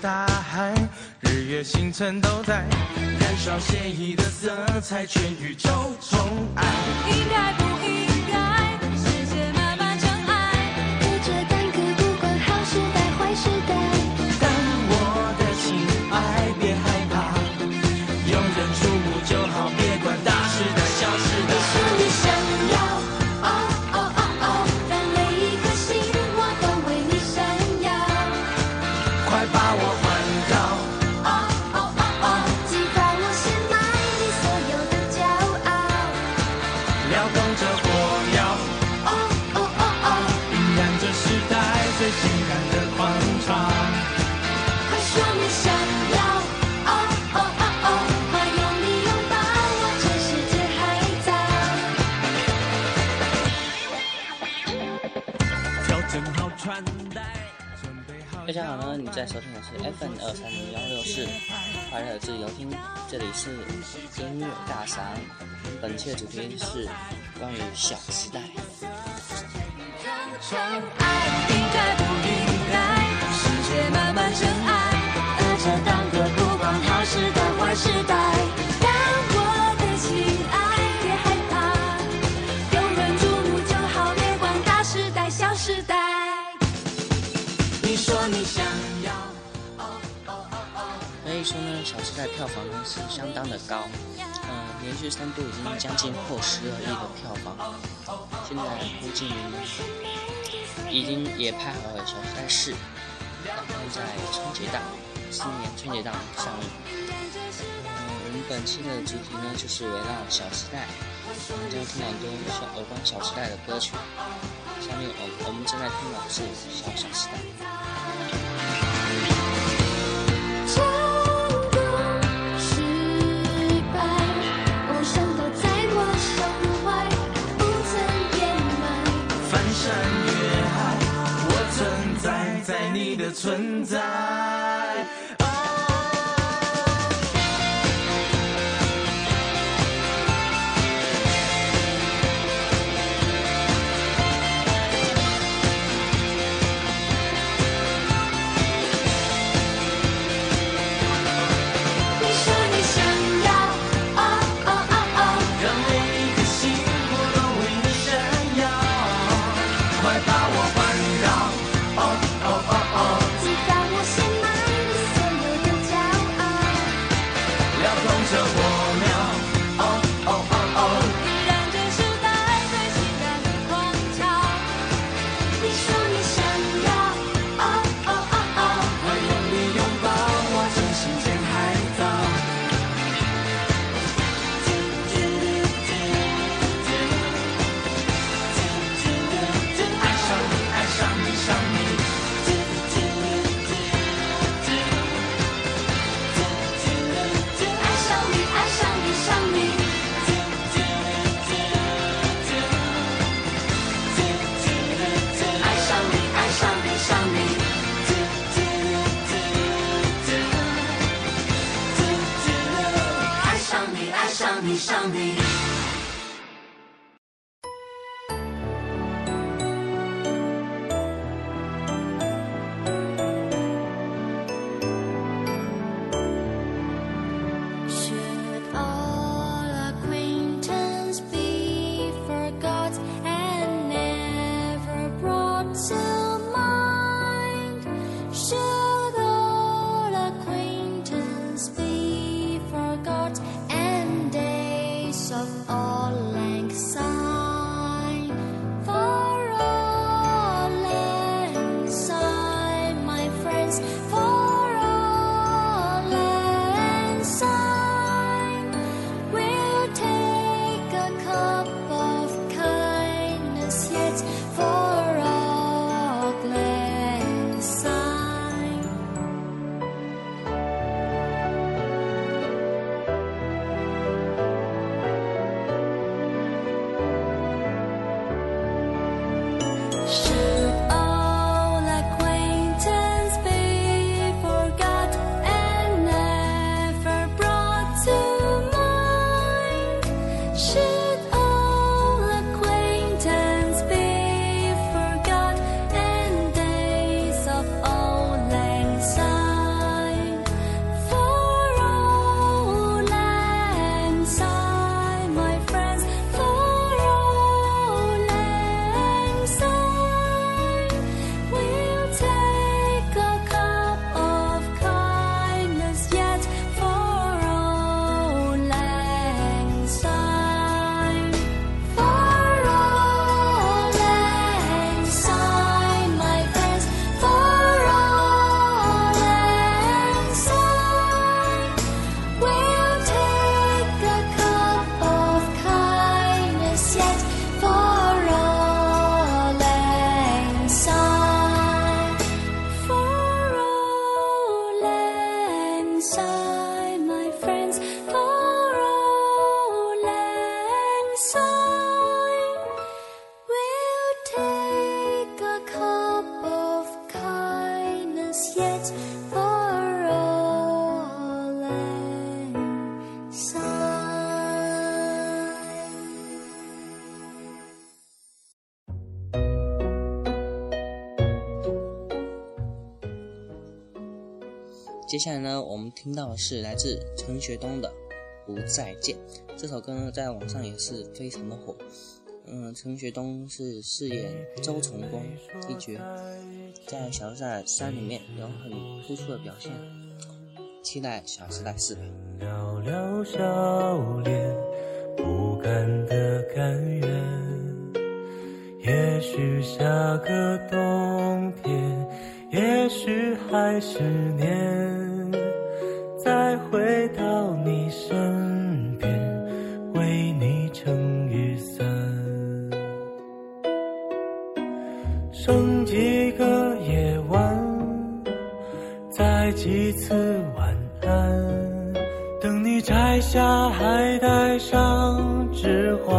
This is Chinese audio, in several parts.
大海，日月星辰都在燃烧写意的色彩，全宇宙宠爱。 应该不应该？世界慢慢尘埃， 隔着干戈，不管好时代坏时代。 但我的亲爱，别害怕，有人注目就好，别管大时代小时代。 你说你想要，哦哦哦哦，但每一颗心我都为你闪耀。 快把我环绕， 哦哦哦哦，激发我心爱你所有的骄傲。 撩动着火苗， 哦哦哦哦， 晕染着时代最性感的狂潮。 快说你想要，哦哦哦哦，快用力拥抱我，这世界还早。 调整好穿戴，准备好。 大家好呢，你在收听的是 FM2301664快乐自由听，这里是音乐大赏。本期的主题是关于小时代。 宠爱应该不应该？世界慢慢尘埃， 隔着当个不管好时代坏时代。 但我的亲爱，别害怕，有人注目就好，别管大时代小时代。 你说你想要， 可以说呢，小时代票房呢是相当的高，连续3部已经将近破12亿的票房。现在估计已经也拍好了《小时代4》，然后在春节档，今年春节档上映。我们本期的主题呢就是围绕《小时代》，我们将听到很多有关《小时代》的歌曲。下面我们正在听到的是《小时代》。 成功失败，梦想都在我胸怀，不曾掩埋。 翻山越海，我存在在你的存在。 你说你想要，哦哦哦哦， 让每一颗心我都为你闪耀，快把我环绕，哦哦哦哦， 激发我心爱你所有的骄傲。 撩动着火苗，哦哦哦哦， 晕染着时代最性感的狂潮。 你说你想要，哦哦哦哦， 快用力拥抱我，这世界还早。爱上你，爱上你，上你。 爱上你，爱上你，上你。 爱上你，爱上你，上你。 爱上你，爱上你，上你。 Should all acquaintance be forgot and never brought to mind? Should all acquaintance be forgot and days of 接下来呢，我们听到的是来自陈学冬的《不再见》。这首歌呢，在网上也是非常的火。陈学冬是饰演周崇光一角，在《小时代3》里面有很突出的表现。期待《小时代4》吧。 寥寥笑脸，不甘的甘愿。也许下个冬天，也许还是年，再回到你身边，为你撑雨伞。剩几个夜晚，再几次晚安，等你摘下还带上指环。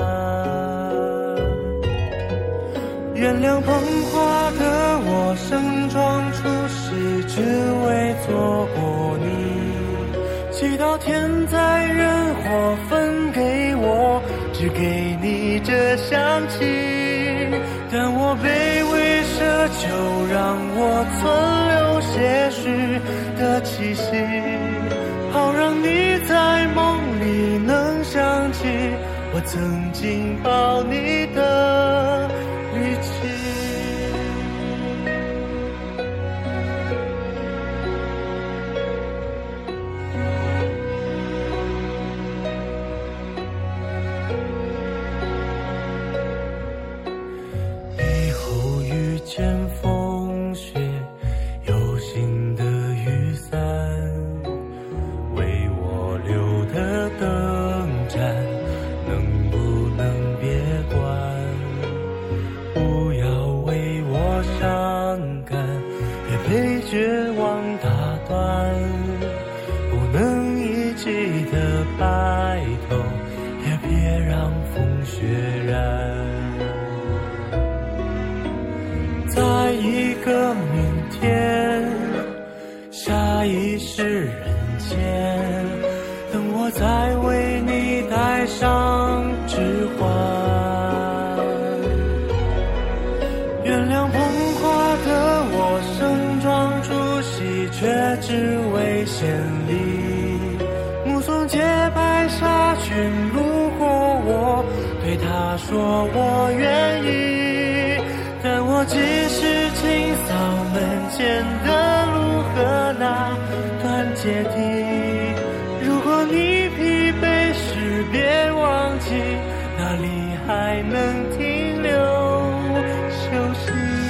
原谅捧花的我，盛装出席，只为错过你。祈祷天灾人祸分给我，只给你这香气。但我卑微奢求，让我存留些许的气息，好让你在梦里能想起我曾经抱你的力气。以后遇见风雪，有新的雨伞，为我留的灯盏能不能别关？不要为我伤感，别被绝望打断。不能一起的白头，也别让风雪染。在一个明天，下一世人间，等我再为你戴上指环。原谅捧花的我，盛装出席，却只为献礼。目送洁白纱裙路过我，对她说我愿意。但我只是清扫门前的路和那段阶梯。如果你疲惫时，别忘记哪里还能停留休息。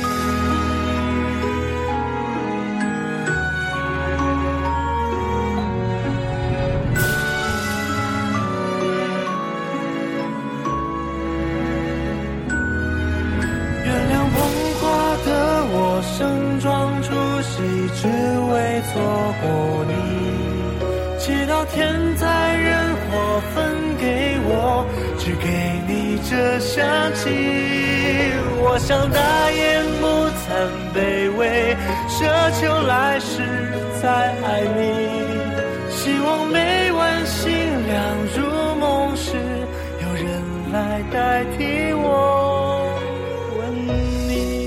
盛装出席，只为错过你。祈祷天灾人祸分给我，只给你这香气。我想大言不惭卑微，奢求来世再爱你。希望每晚星亮入梦时，有人来代替我吻你。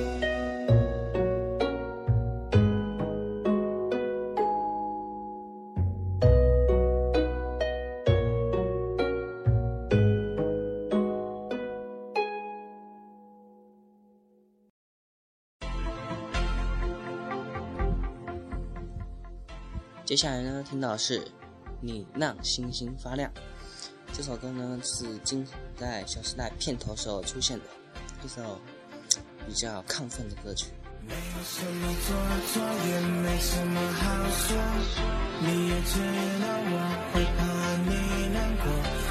接下来呢，听到的是你让星星发亮。这首歌呢是经常在《小时代》片头时候出现的一首比较亢奋的歌曲。 没有什么做也没什么好说，你也知道我会怕你难过。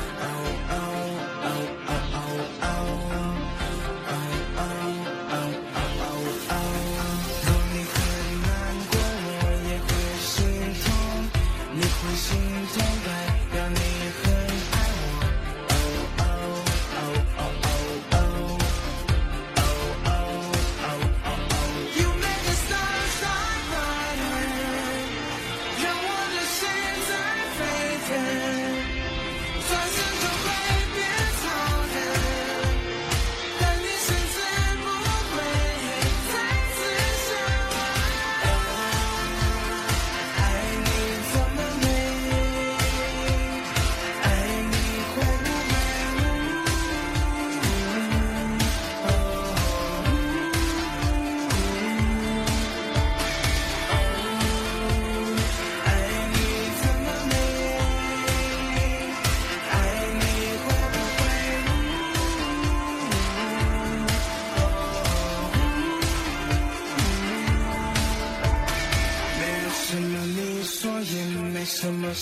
若你很难过，我也会心痛。你会心痛，代表你很爱我。You make the stars shine brighter， 让我的心在沸腾，转身就会变超人，但你甚至不会再次想我。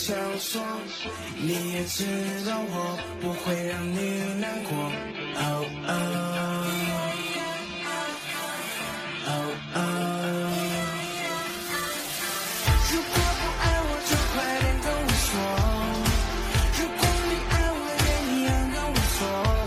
想说，你也知道我不会让你难过。哦哦哦哦，如果不爱我就快点跟我说，如果你爱我也一样跟我说。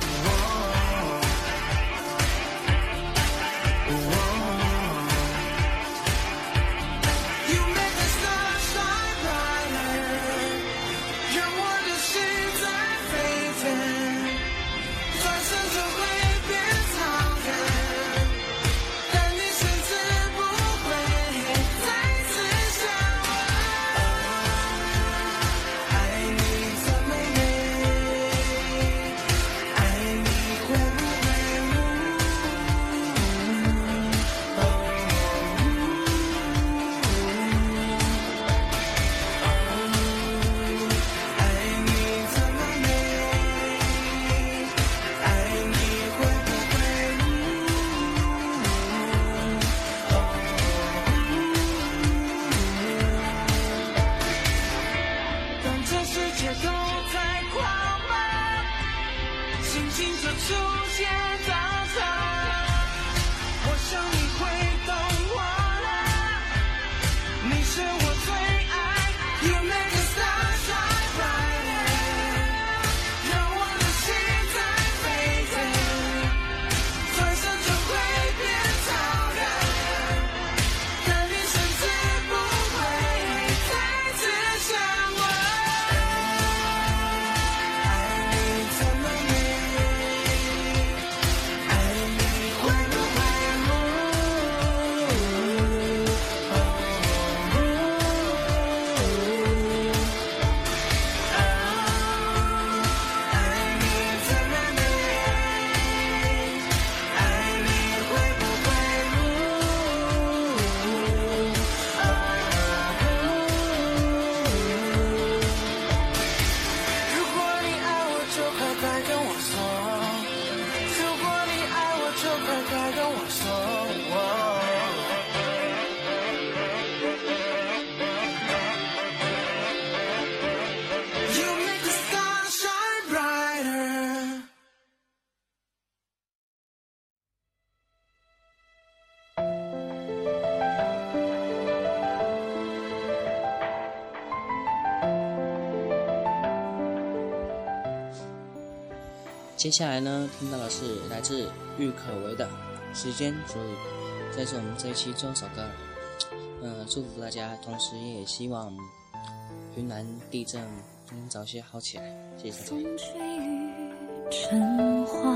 接下来呢，听到的是来自郁可唯的时间，所以这是我们这一期最后一首歌了。祝福大家，同时也希望云南地震能早些好起来。谢谢大家。 风吹雨成花，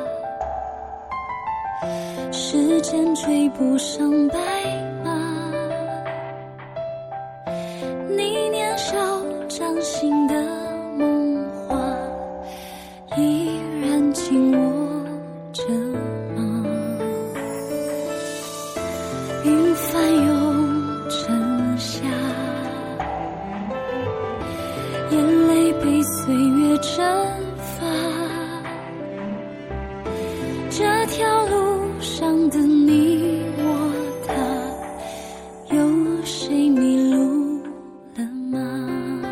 时间追不上白马，你年少掌心的梦话依然紧握着吗？云翻涌成夏，眼泪被岁月蒸发，这条路上的你我他，有谁迷路了吗？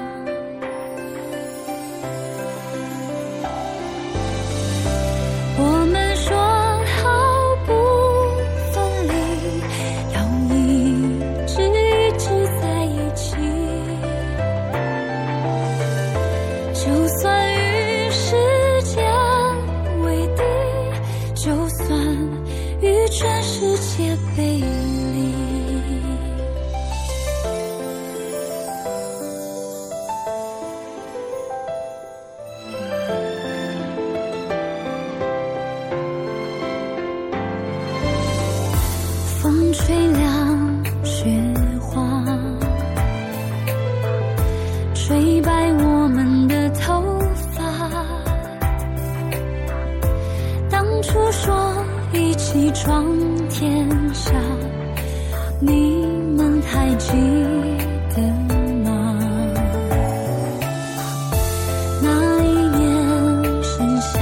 我们说好不分离，要一直一直在一起，就算与时间为敌，就算与全世界背离。风吹凉雪花，吹白我们的头发。当初说一起闯天下，你们还记得吗？那一年盛夏，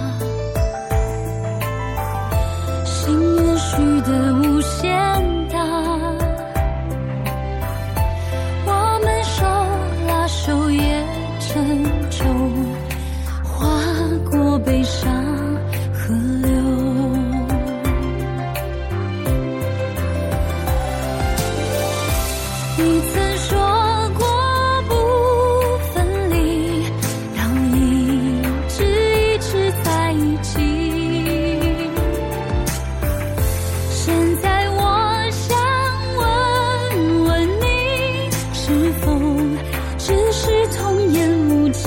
心愿许得无限大，我们手拉手沉重，划过悲伤河流。你曾说过不分离，要一直在一起。现在我想问问你，是否只是童言无忌？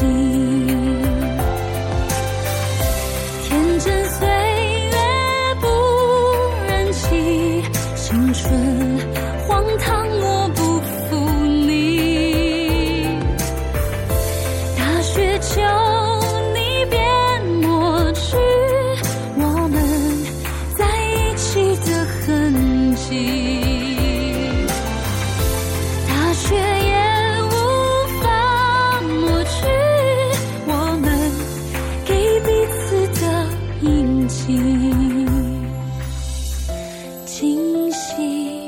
天真岁月不忍欺，青春荒唐我不负你。大雪求你别抹去我们在一起的痕迹，大雪也无法抹去我们给彼此的印记。今夕